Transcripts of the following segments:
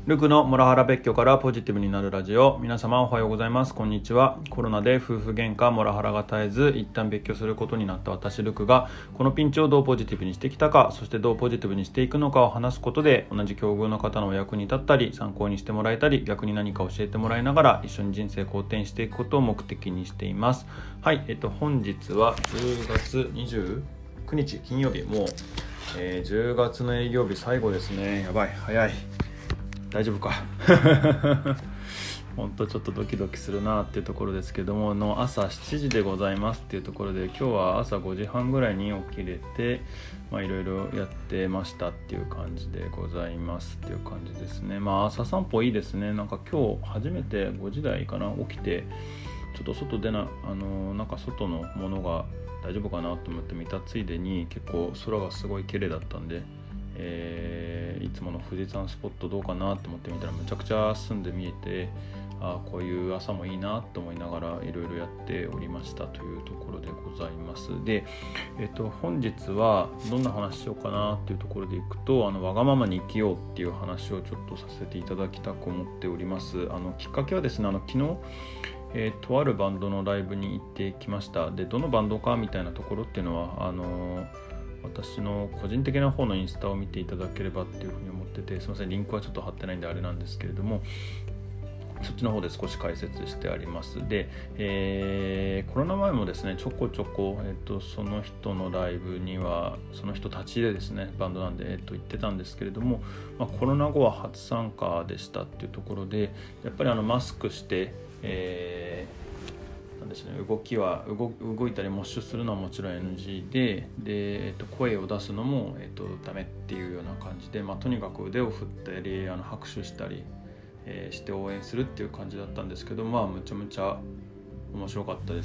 ルクのモラハラ別居からポジティブになるラジオ。皆様おはようございます。こんにちは。コロナで夫婦喧嘩モラハラが絶えず一旦別居することになった私ルクが、このピンチをどうポジティブにしてきたか、そしてどうポジティブにしていくのかを話すことで、同じ境遇の方のお役に立ったり参考にしてもらえたり、逆に何か教えてもらいながら一緒に人生好転していくことを目的にしています。はい、本日は10月29日金曜日、もう、10月の営業日最後ですね。やばい、早い。大丈夫か本当ちょっとドキドキするなっていうところですけども、の朝7時でございますっていうところで、今日は朝5時半ぐらいに起きれて、いろいろやってましたっていう感じでございますっていう感じですね。朝散歩いいですね。なんか今日初めて5時台かな起きて、ちょっと外でなんか外のものが大丈夫かなと思って見たついでに、結構空がすごい綺麗だったんで、いつもの富士山スポットどうかなと思ってみたら、めちゃくちゃ澄んで見えて、こういう朝もいいなと思いながらいろいろやっておりましたというところでございます。で、本日はどんな話しようかなっていうところでいくと、わがままに生きようっていう話をちょっとさせていただきたく思っております。きっかけはですね、昨日とあるバンドのライブに行ってきました。で、どのバンドかみたいなところっていうのは私の個人的な方のインスタを見ていただければっていうふうに思ってて、すいません、リンクはちょっと貼ってないんであれなんですけれども、そっちの方で少し解説してあります。で、コロナ前もですね、ちょこちょこ、その人のライブにはその人たちでですね、バンドなんで、行ってたんですけれども、コロナ後は初参加でしたっていうところで、やっぱりマスクして、なんですね、動いたりモッシュするのはもちろん NG で、声を出すのも、ダメっていうような感じで、とにかく腕を振ったり拍手したり、して応援するっていう感じだったんですけど、むちゃむちゃ面白かったです。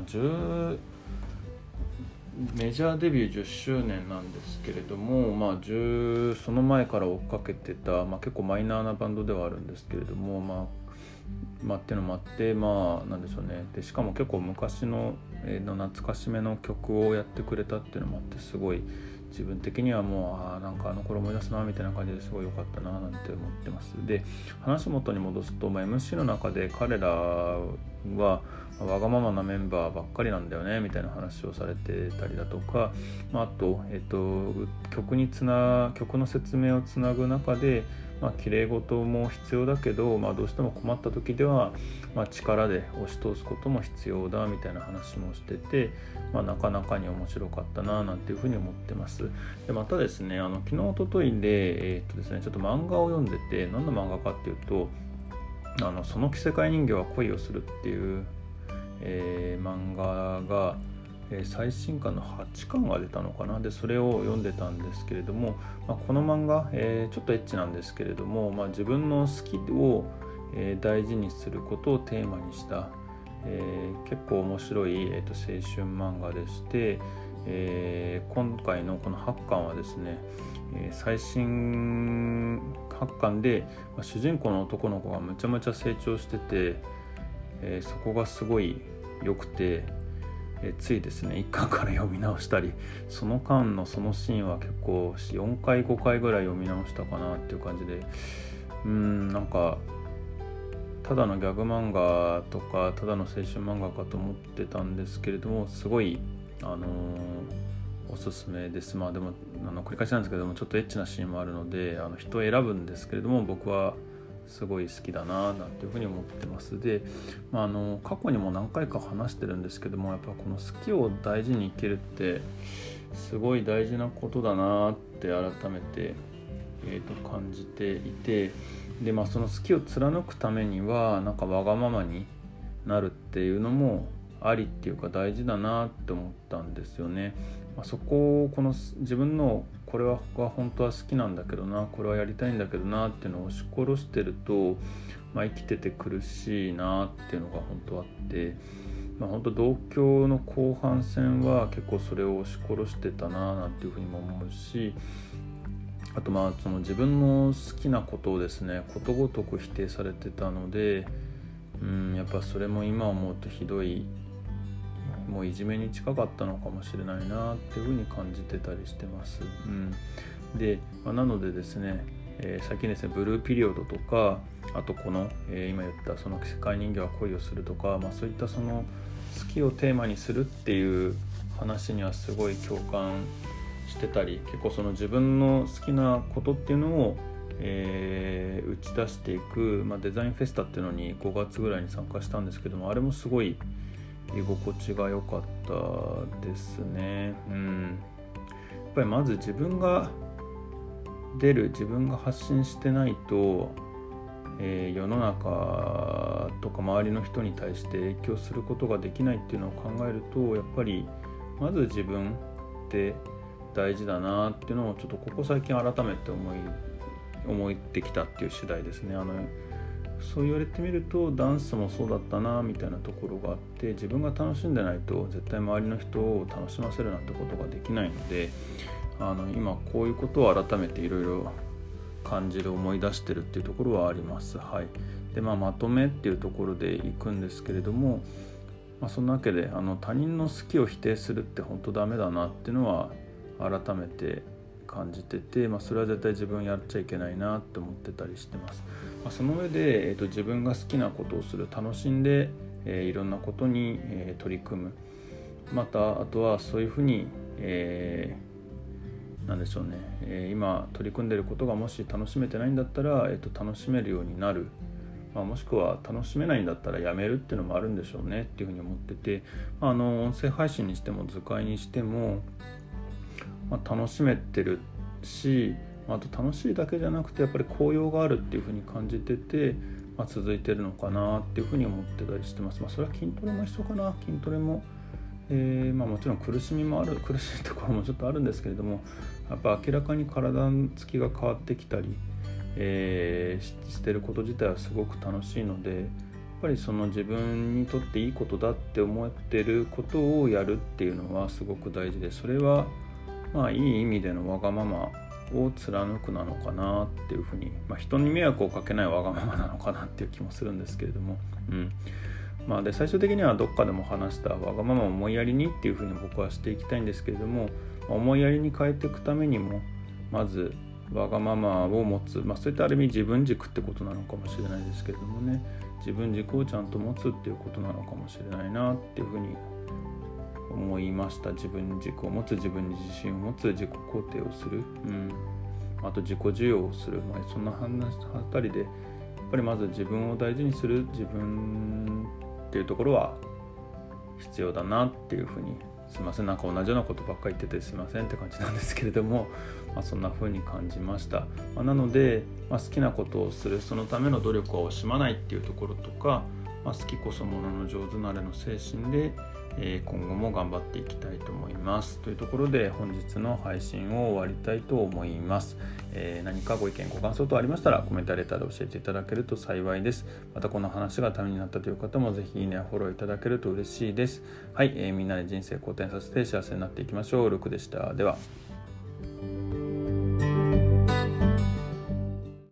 メジャーデビュー10周年なんですけれども、その前から追っかけてた、結構マイナーなバンドではあるんですけれども、っていうのもあって、なんでしょうね。でしかも結構昔の、懐かしめの曲をやってくれたっていうのもあって、すごい自分的にはもうなんか頃思い出すなみたいな感じですごい良かったななんて思ってます。で、話元に戻すと、MC の中で彼らはわがままなメンバーばっかりなんだよねみたいな話をされてたりだとか、あと、曲の説明をつなぐ中で、綺麗事も必要だけど、どうしても困った時では、力で押し通すことも必要だみたいな話もしてて、なかなかに面白かったななんていうふうに思ってます。で、またですね、昨日一昨日で、ですね、ちょっと漫画を読んでて、何の漫画かっていうと、その着せ替え人形は恋をするっていう、漫画が最新刊の8巻が出たのかな。でそれを読んでたんですけれども、この漫画、ちょっとエッチなんですけれども、自分の好きを、大事にすることをテーマにした、結構面白い、青春漫画でして、今回のこの8巻はですね、最新8巻で、主人公の男の子がむちゃむちゃ成長してて、そこがすごい良くて、ついですね1巻から読み直したり、その間のそのシーンは結構4回5回ぐらい読み直したかなっていう感じで、なんかただのギャグ漫画とかただの青春漫画かと思ってたんですけれども、すごいおすすめです。でも繰り返しなんですけども、ちょっとエッチなシーンもあるので人を選ぶんですけれども、僕はすごい好きだななんていうふうに思ってます。で、過去にも何回か話してるんですけども、やっぱこの好きを大事に生きるってすごい大事なことだなって改めて、感じていて、で、その好きを貫くためにはなんかわがままになるっていうのもありっていうか大事だなって思ったんですよね。そこをこの自分のこれは本当は好きなんだけどな、これはやりたいんだけどなっていうのを押し殺してると、生きてて苦しいなっていうのが本当あって、本当同居の後半戦は結構それを押し殺してたななんていうふうにも思うし、あとその自分の好きなことをですねことごとく否定されてたので、やっぱそれも今思うとひどい、もういじめに近かったのかもしれないなっていうふうに感じてたりしてます。で、なのでですね、 最近ですねブルーピリオドとか、あとこの、今言ったその世界人形は恋をするとか、そういったその好きをテーマにするっていう話にはすごい共感してたり、結構その自分の好きなことっていうのを、打ち出していく、デザインフェスタっていうのに5月ぐらいに参加したんですけども、あれもすごい居心地が良かったですね。やっぱりまず自分が発信してないと、世の中とか周りの人に対して影響することができないっていうのを考えると、やっぱりまず自分って大事だなっていうのをちょっとここ最近改めて思ってきたっていう次第ですね。そう言われてみるとダンスもそうだったなみたいなところがあって、自分が楽しんでないと絶対周りの人を楽しませるなんてことができないので、今こういうことを改めていろいろ感じる、思い出してるっていうところはあります。はい。でまとめっていうところでいくんですけれども、そんなわけで他人の好きを否定するって本当ダメだなっていうのは改めて感じてて、それは絶対自分やっちゃいけないなって思ってたりしてます。その上で、自分が好きなことをする、楽しんで、いろんなことに、取り組む、またあとはそういうふうに、なんでしょうね、今取り組んでいることがもし楽しめてないんだったら、楽しめるようになる、もしくは楽しめないんだったらやめるっていうのもあるんでしょうねっていうふうに思ってて、音声配信にしても図解にしても、楽しめてるし、あと楽しいだけじゃなくてやっぱり効用があるっていうふうに感じてて、続いてるのかなっていうふうに思ってたりしてます。それは筋トレも一緒かな。筋トレも、もちろん苦しいところもちょっとあるんですけれども、やっぱ明らかに体つきが変わってきたり、してること自体はすごく楽しいので、やっぱりその自分にとっていいことだって思ってることをやるっていうのはすごく大事で、それはいい意味でのわがままを貫くなのかなっていうふうに、人に迷惑をかけないわがままなのかなっていう気もするんですけれども、で最終的にはどっかでも話したわがままを思いやりにっていうふうに僕はしていきたいんですけれども、思いやりに変えていくためにもまずわがままを持つ、そういったある意味自分軸ってことなのかもしれないですけれどもね、自分軸をちゃんと持つっていうことなのかもしれないなっていうふうに思いました。自分軸を持つ、自分に自信を持つ、自己肯定をする、あと自己需要をする、そんな話あたりでやっぱりまず自分を大事にする、自分っていうところは必要だなっていうふうに、すいません、なんか同じようなことばっかり言っててすいませんって感じなんですけれども、そんな風に感じました。なので、好きなことをする、そのための努力を惜しまないっていうところとか、好きこそものの上手なれの精神で、今後も頑張っていきたいと思いますというところで、本日の配信を終わりたいと思います。何かご意見ご感想等ありましたらコメントレターで教えていただけると幸いです。またこの話がためになったという方もぜひいいねやフォローいただけると嬉しいです。はい、みんなで人生好転させて幸せになっていきましょう。ルクでした。では。